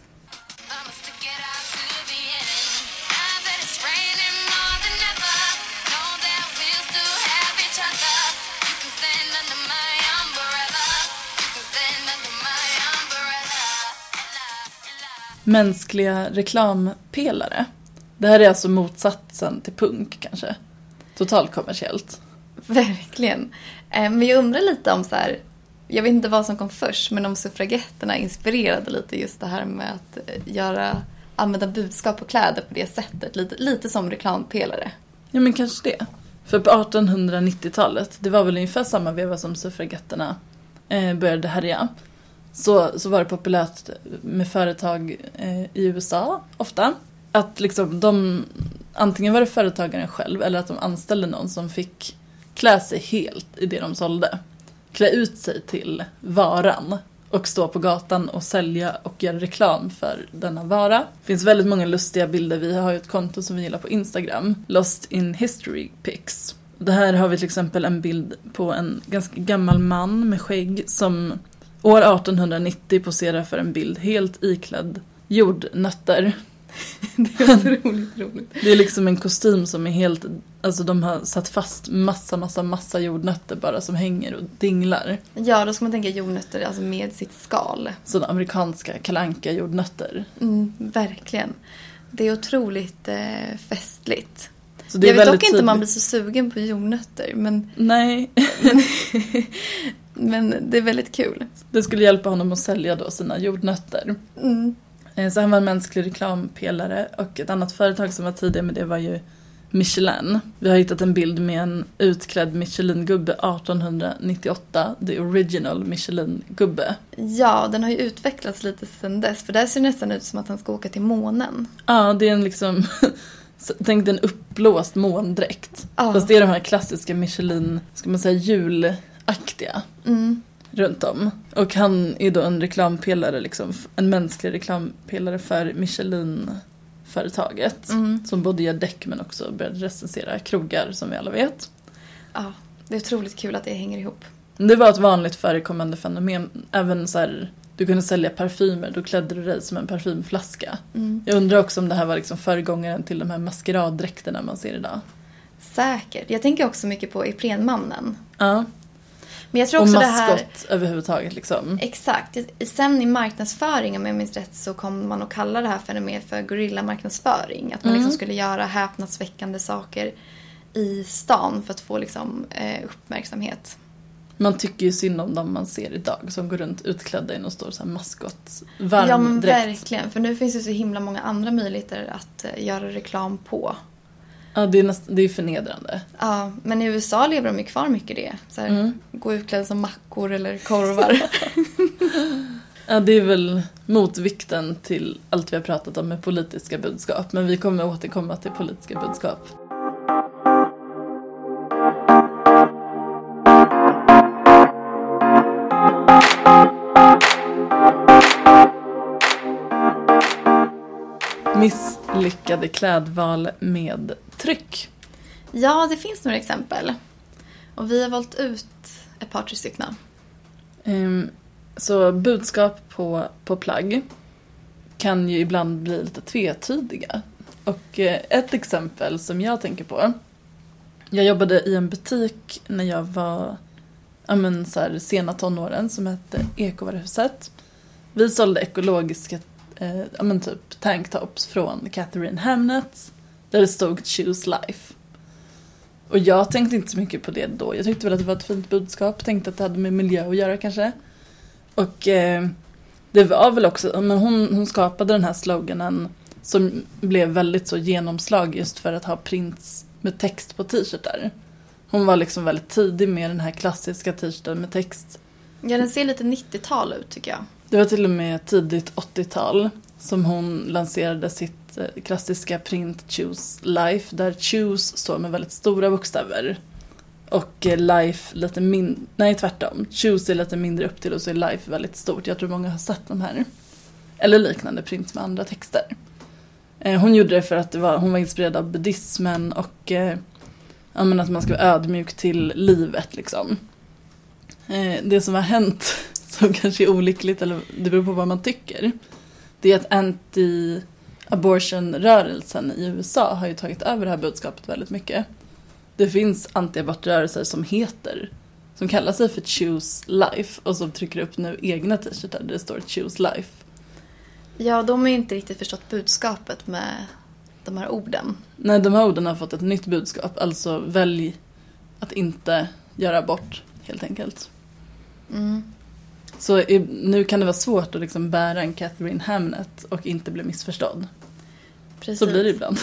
Speaker 6: Mänskliga reklampelare. Det här är alltså motsatsen till punk kanske. Totalt kommersiellt.
Speaker 7: Verkligen. Men jag undrar lite om så här, jag vet inte vad som kom först, men om suffragetterna inspirerade lite just det här med att göra, använda budskap på kläder på det sättet. Lite, lite som reklampelare.
Speaker 6: Ja, men kanske det. För på artonhundranittiotalet, det var väl ungefär samma veva som suffragetterna eh, började härja. Så, så var det populärt med företag eh, i U S A ofta. Att liksom de, antingen var det företagaren själv eller att de anställde någon som fick klä sig helt i det de sålde. Klä ut sig till varan och stå på gatan och sälja och göra reklam för denna vara. Det finns väldigt många lustiga bilder. Vi har ju ett konto som vi gillar på Instagram, Lost in History Pics. Det här har vi till exempel en bild på en ganska gammal man med skägg som år artonhundranittio poserar för en bild helt iklädd jordnötter.
Speaker 7: Det är otroligt roligt.
Speaker 6: Det är liksom en kostym som är helt, alltså de har satt fast massa, massa, massa jordnötter bara som hänger och dinglar.
Speaker 7: Ja, då ska man tänka jordnötter alltså med sitt skal.
Speaker 6: Sådana amerikanska Kalle Anka jordnötter.
Speaker 7: Mm, verkligen. Det är otroligt eh, festligt.
Speaker 6: Så det är
Speaker 7: jag vet dock
Speaker 6: tydligt.
Speaker 7: inte om man blir så sugen på jordnötter, men...
Speaker 6: Nej.
Speaker 7: men, men det är väldigt kul.
Speaker 6: Det skulle hjälpa honom att sälja då sina jordnötter.
Speaker 7: Mm.
Speaker 6: Så han var en mänsklig reklampelare, och ett annat företag som var tidigare med det var ju Michelin. Vi har hittat en bild med en utklädd Michelin-gubbe arton nittioåtta, the original Michelin-gubbe.
Speaker 7: Ja, den har ju utvecklats lite sedan dess, för där ser det nästan ut som att han ska åka till månen.
Speaker 6: Ja, det är en liksom, tänk dig en uppblåst måndräkt.
Speaker 7: Ja.
Speaker 6: Fast det är de här klassiska Michelin, ska man säga, julaktiga.
Speaker 7: Mm.
Speaker 6: Runt om. Och han är då en reklampelare, liksom, en mänsklig reklampelare för Michelin-företaget.
Speaker 7: Mm.
Speaker 6: Som både gör däck men också började recensera krogar, som vi alla vet.
Speaker 7: Ja, det är otroligt kul att det hänger ihop.
Speaker 6: Det var ett vanligt förekommande fenomen. Även så här, du kunde sälja parfymer, då klädde du dig som en parfymflaska.
Speaker 7: Mm.
Speaker 6: Jag undrar också om det här var liksom föregångaren till de här maskeraddräkterna man ser idag.
Speaker 7: Säkert. Jag tänker också mycket på Iprenmannen.
Speaker 6: Ja.
Speaker 7: Men jag tror
Speaker 6: Och
Speaker 7: också
Speaker 6: maskot
Speaker 7: det här...
Speaker 6: överhuvudtaget liksom.
Speaker 7: Exakt. Sen i marknadsföring, om jag minns rätt, så kom man att kalla det här fenomenet för gorillamarknadsföring. Att man
Speaker 6: Mm.
Speaker 7: liksom skulle göra häpnadsväckande saker i stan för att få liksom, eh, uppmärksamhet.
Speaker 6: Man tycker ju synd om dem man ser idag som går runt utklädda i någon stor så här maskot varm
Speaker 7: Ja, men
Speaker 6: dräkt.
Speaker 7: verkligen. För nu finns det så himla många andra möjligheter att eh, göra reklam på.
Speaker 6: Ja, det är, näst, det är förnedrande.
Speaker 7: Ja, men i U S A lever de ju kvar mycket det. Så här,
Speaker 6: Mm.
Speaker 7: gå utklädda som mackor eller korvar.
Speaker 6: Ja, det är väl motvikten till allt vi har pratat om med politiska budskap. Men vi kommer återkomma till politiska budskap. Misslyckade klädval med tryck.
Speaker 7: Ja, det finns några exempel. Och vi har valt ut ett par, tre stycken.
Speaker 6: Um, så budskap på, på plagg kan ju ibland bli lite tvetydiga. Och eh, ett exempel som jag tänker på. Jag jobbade i en butik när jag var ja, men, så här, sena tonåren som hette Ekovaruhuset. Vi sålde ekologiska eh, ja, men, typ tanktops från Catherine Hamnett där det stod Choose Life. Och jag tänkte inte så mycket på det då. Jag tyckte väl att det var ett fint budskap. Tänkte att det hade med miljö att göra kanske. Och eh, det var väl också... Men hon, hon skapade den här sloganen som blev väldigt så genomslag just för att ha prints med text på t-shirtar. Hon var liksom väldigt tidig med den här klassiska t-shirten med text.
Speaker 7: Ja, den ser lite nittiotal ut tycker jag.
Speaker 6: Det var till och med tidigt åttiotal som hon lanserade sitt klassiska print Choose Life, där Choose står med väldigt stora bokstäver och Life lite mindre, nej tvärtom, Choose är lite mindre upp till och så är Life väldigt stort. Jag tror många har sett de här eller liknande prints med andra texter. Hon gjorde det för att det var, hon var inspirerad av buddhismen och eh, ja, men att man ska vara ödmjuk till livet liksom. Eh, det som har hänt som kanske är olyckligt, eller det beror på vad man tycker, det är att anti abortion-rörelsen i U S A har ju tagit över det här budskapet väldigt mycket. Det finns anti-abortrörelser som heter, som kallar sig för Choose Life och som trycker upp nu egna t-shirtar där det står Choose Life.
Speaker 7: Ja, de har inte riktigt förstått budskapet med de här orden.
Speaker 6: Nej, de här orden har fått ett nytt budskap, alltså välj att inte göra abort helt enkelt.
Speaker 7: Mm.
Speaker 6: Så nu kan det vara svårt att liksom bära en Catherine Hamnett och inte bli missförstådd.
Speaker 7: Precis.
Speaker 6: Så blir det ibland.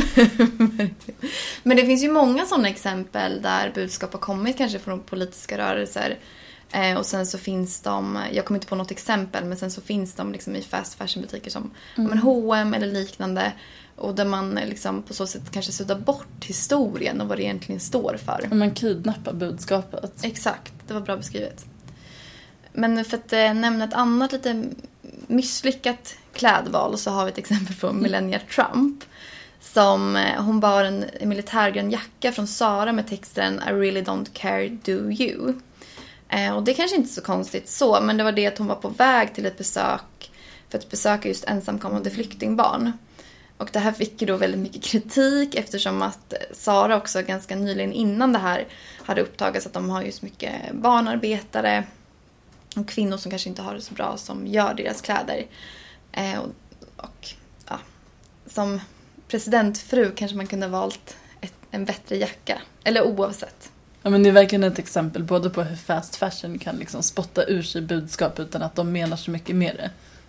Speaker 7: Men det finns ju många sådana exempel där budskap har kommit kanske från politiska rörelser. Eh, och sen så finns de, jag kommer inte på något exempel, men sen så finns de liksom i fast fashion-butiker som mm. men H och M eller liknande. Och där man liksom på så sätt kanske suddar bort historien och vad det egentligen står för.
Speaker 6: Man kidnappar budskapet.
Speaker 7: Exakt, det var bra beskrivet. Men för att eh, nämna ett annat lite misslyckat klädval så har vi ett exempel på Melania Trump. Som, eh, hon bar en militärgrön jacka från Zara med texten I really don't care, do you. Eh, och det är kanske inte så konstigt så, men det var det att hon var på väg till ett besök för att besöka just ensamkommande flyktingbarn. Och det här fick ju då väldigt mycket kritik eftersom att Zara också ganska nyligen innan det här hade upptagats att de har just mycket barnarbetare och kvinnor som kanske inte har det så bra som gör deras kläder. Eh, och, och ja, som presidentfru kanske man kunde ha valt ett, en bättre jacka. Eller oavsett.
Speaker 6: Ja, men det är verkligen ett exempel både på hur fast fashion kan liksom spotta ur sig budskap utan att de menar så mycket med det.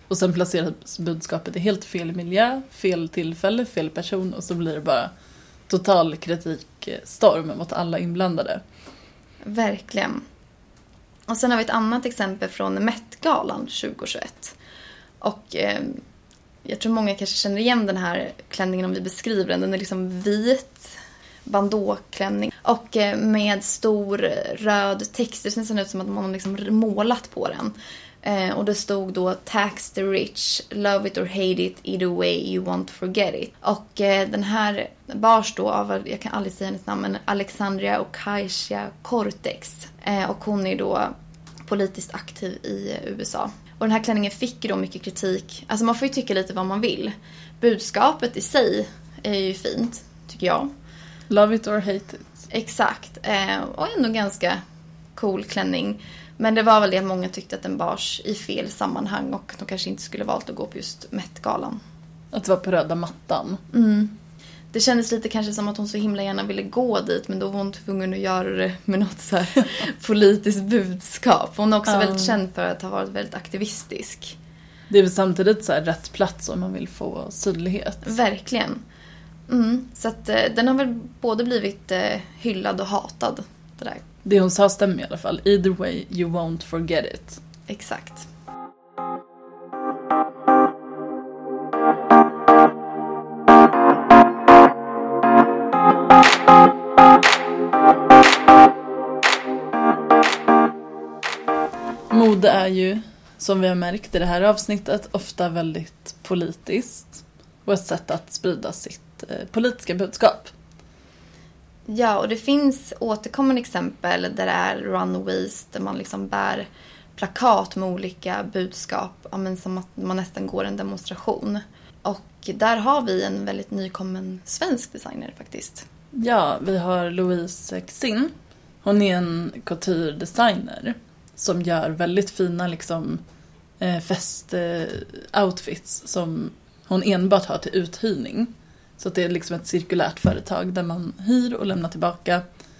Speaker 6: Och sen placeras budskapet i helt fel miljö, fel tillfälle, fel person. Och så blir det bara total kritikstorm mot alla inblandade.
Speaker 7: Verkligen. Och sen har vi ett annat exempel från Met-galan tjugohundratjugoett. Och eh, jag tror många kanske känner igen den här klänningen om vi beskriver den. Den är liksom vit, bandåklänning. Och eh, med stor röd text. Det ser ut som att man har liksom målat på den. Eh, och det stod då tax the rich, love it or hate it, either way you won't forget it. Och eh, den här bars då av, jag kan aldrig säga hennes namn, men Alexandria Ocasio-Cortez. Eh, och hon är då politiskt aktiv i U S A. Och den här klänningen fick då mycket kritik. Alltså man får ju tycka lite vad man vill. Budskapet i sig är ju fint, tycker jag.
Speaker 6: Love it or hate it.
Speaker 7: Exakt. Eh, och ändå ganska cool klänning. Men det var väl det att många tyckte att den bars i fel sammanhang och de kanske inte skulle valt att gå på just Met-galan.
Speaker 6: Att det var på röda mattan.
Speaker 7: Mm. Det kändes lite kanske som att hon så himla gärna ville gå dit, men då var hon tvungen att göra det med något så här politiskt budskap. Hon är också uh. väldigt känd för att ha varit väldigt aktivistisk.
Speaker 6: Det är väl samtidigt så här rätt plats om man vill få sydlighet.
Speaker 7: Verkligen. Mm. Så att eh, den har väl både blivit eh, hyllad och hatad, det där.
Speaker 6: Det hon sa stämmer i alla fall. Either way, you won't forget it.
Speaker 7: Exakt.
Speaker 6: Mode är ju, som vi har märkt i det här avsnittet, ofta väldigt politiskt. Och ett sätt att sprida sitt eh, politiska budskap.
Speaker 7: Ja, och det finns återkommande exempel där det är runways där man liksom bär plakat med olika budskap, ja, men som att man nästan går en demonstration. Och där har vi en väldigt nykommen svensk designer faktiskt.
Speaker 6: Ja, vi har Louise Xin. Hon är en couture-designer som gör väldigt fina liksom, eh, fest-outfits som hon enbart har till uthyrning. Så att det är liksom ett cirkulärt företag där man hyr och lämnar tillbaka.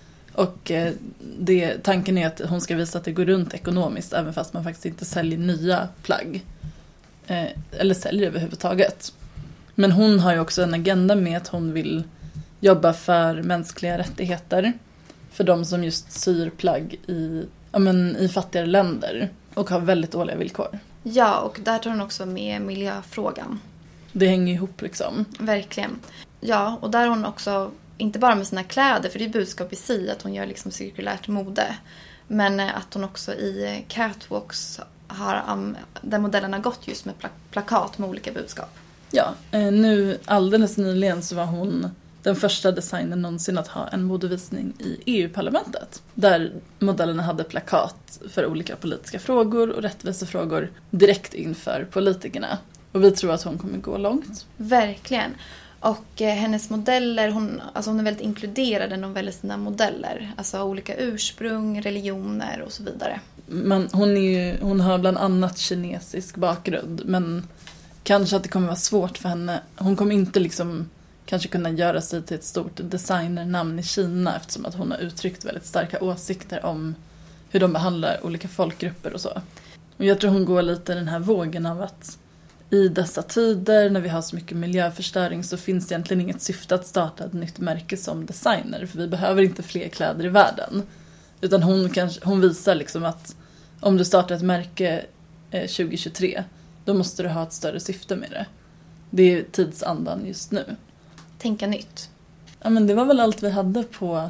Speaker 6: Och eh, det, tanken är att hon ska visa att det går runt ekonomiskt även fast man faktiskt inte säljer nya plagg. Eh, eller säljer överhuvudtaget. Men hon har ju också en agenda med att hon vill jobba för mänskliga rättigheter. För de som just syr plagg i, ja, men, i fattigare länder. Och har väldigt dåliga villkor.
Speaker 7: Ja, och där tar hon också med miljöfrågan.
Speaker 6: Det hänger ihop liksom.
Speaker 7: Verkligen. Ja, och där har hon också, inte bara med sina kläder, för det är budskap i sig att hon gör liksom cirkulärt mode. Men att hon också i catwalks har, där modellerna gått just med plakat med olika budskap.
Speaker 6: Ja, nu alldeles nyligen så var hon den första designern någonsin att ha en modevisning i E U-parlamentet. Där modellerna hade plakat för olika politiska frågor och rättvisefrågor direkt inför politikerna. Och vi tror att hon kommer gå långt.
Speaker 7: Verkligen. Och eh, hennes modeller, hon, alltså hon är väldigt inkluderad när hon väljer sina modeller. Alltså olika ursprung, religioner och så vidare.
Speaker 6: Men hon, är ju, hon har bland annat kinesisk bakgrund. Men kanske att det kommer vara svårt för henne. Hon kommer inte liksom kanske kunna göra sig till ett stort designernamn i Kina. Eftersom att hon har uttryckt väldigt starka åsikter om hur de behandlar olika folkgrupper och så. Och jag tror hon går lite i den här vågen av att i dessa tider när vi har så mycket miljöförstöring så finns det egentligen inget syfte att starta ett nytt märke som designer. För vi behöver inte fler kläder i världen. Utan hon, kanske, hon visar liksom att om du startar ett märke eh, tjugohundratjugotre då måste du ha ett större syfte med det. Det är tidsandan just nu.
Speaker 7: Tänka nytt.
Speaker 6: Ja, men det var väl allt vi hade på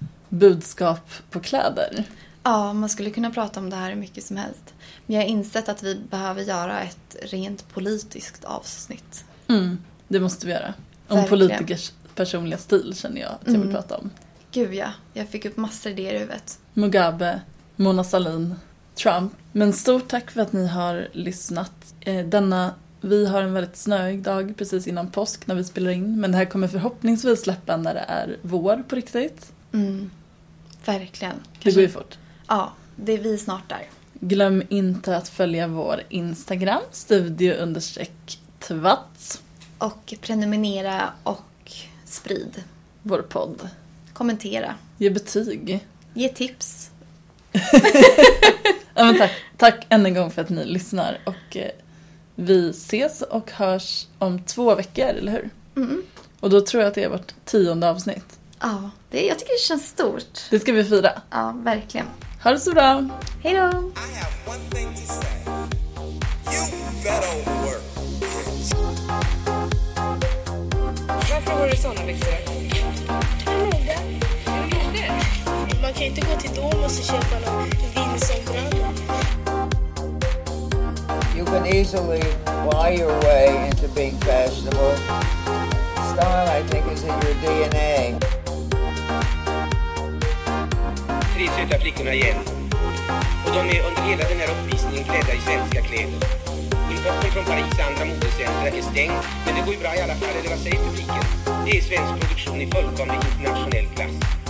Speaker 6: budskap på kläder.
Speaker 7: Ja, man skulle kunna prata om det här hur mycket som helst. Men jag har insett att vi behöver göra ett rent politiskt avsnitt.
Speaker 6: Mm, det måste vi göra. Om
Speaker 7: Verkligen.
Speaker 6: politikers personliga stil känner jag att jag vill
Speaker 7: Mm.
Speaker 6: prata om.
Speaker 7: Gud ja, jag fick upp massor idéer i huvudet.
Speaker 6: Mugabe, Mona Sahlin, Trump. Men stort tack för att ni har lyssnat. Eh, denna, vi har en väldigt snöig dag precis innan påsk när vi spelar in. Men det här kommer förhoppningsvis släppa när det är vår på riktigt.
Speaker 7: Mm. Verkligen.
Speaker 6: Det går ju fort.
Speaker 7: Ja, det är vi snart där.
Speaker 6: Glöm inte att följa vår Instagram, studio understreck tvatt.
Speaker 7: Och prenumerera och sprid.
Speaker 6: Vår podd.
Speaker 7: Kommentera.
Speaker 6: Ge betyg.
Speaker 7: Ge tips.
Speaker 6: Ja, men tack. Tack än en gång för att ni lyssnar. Och eh, Vi ses och hörs om två veckor, eller hur?
Speaker 7: Mm.
Speaker 6: Och då tror jag att det är vårt tionde avsnitt.
Speaker 7: Ja, det, jag tycker det känns stort.
Speaker 6: Det ska vi fira.
Speaker 7: Ja, verkligen.
Speaker 6: Ha det så bra!
Speaker 7: Hej då!
Speaker 1: I have one thing to say. You better work.
Speaker 2: Varför var det såna, Victoria?
Speaker 3: Noga.
Speaker 2: Jag gjorde.
Speaker 3: Man kan ju inte gå till Domus och köpa någon vindsombralla.
Speaker 4: You can easily lie your way into being fashionable. Style, I think, is in your D N A.
Speaker 5: Tre söta flickorna igen. Och de är under hela den här uppvisningen klädda i svenska kläder. Importen från Paris andra modecentra är stängd, men det går ju bra i alla fall, eller vad säger publiken? Det är svensk produktion i fullkomlig internationell klass.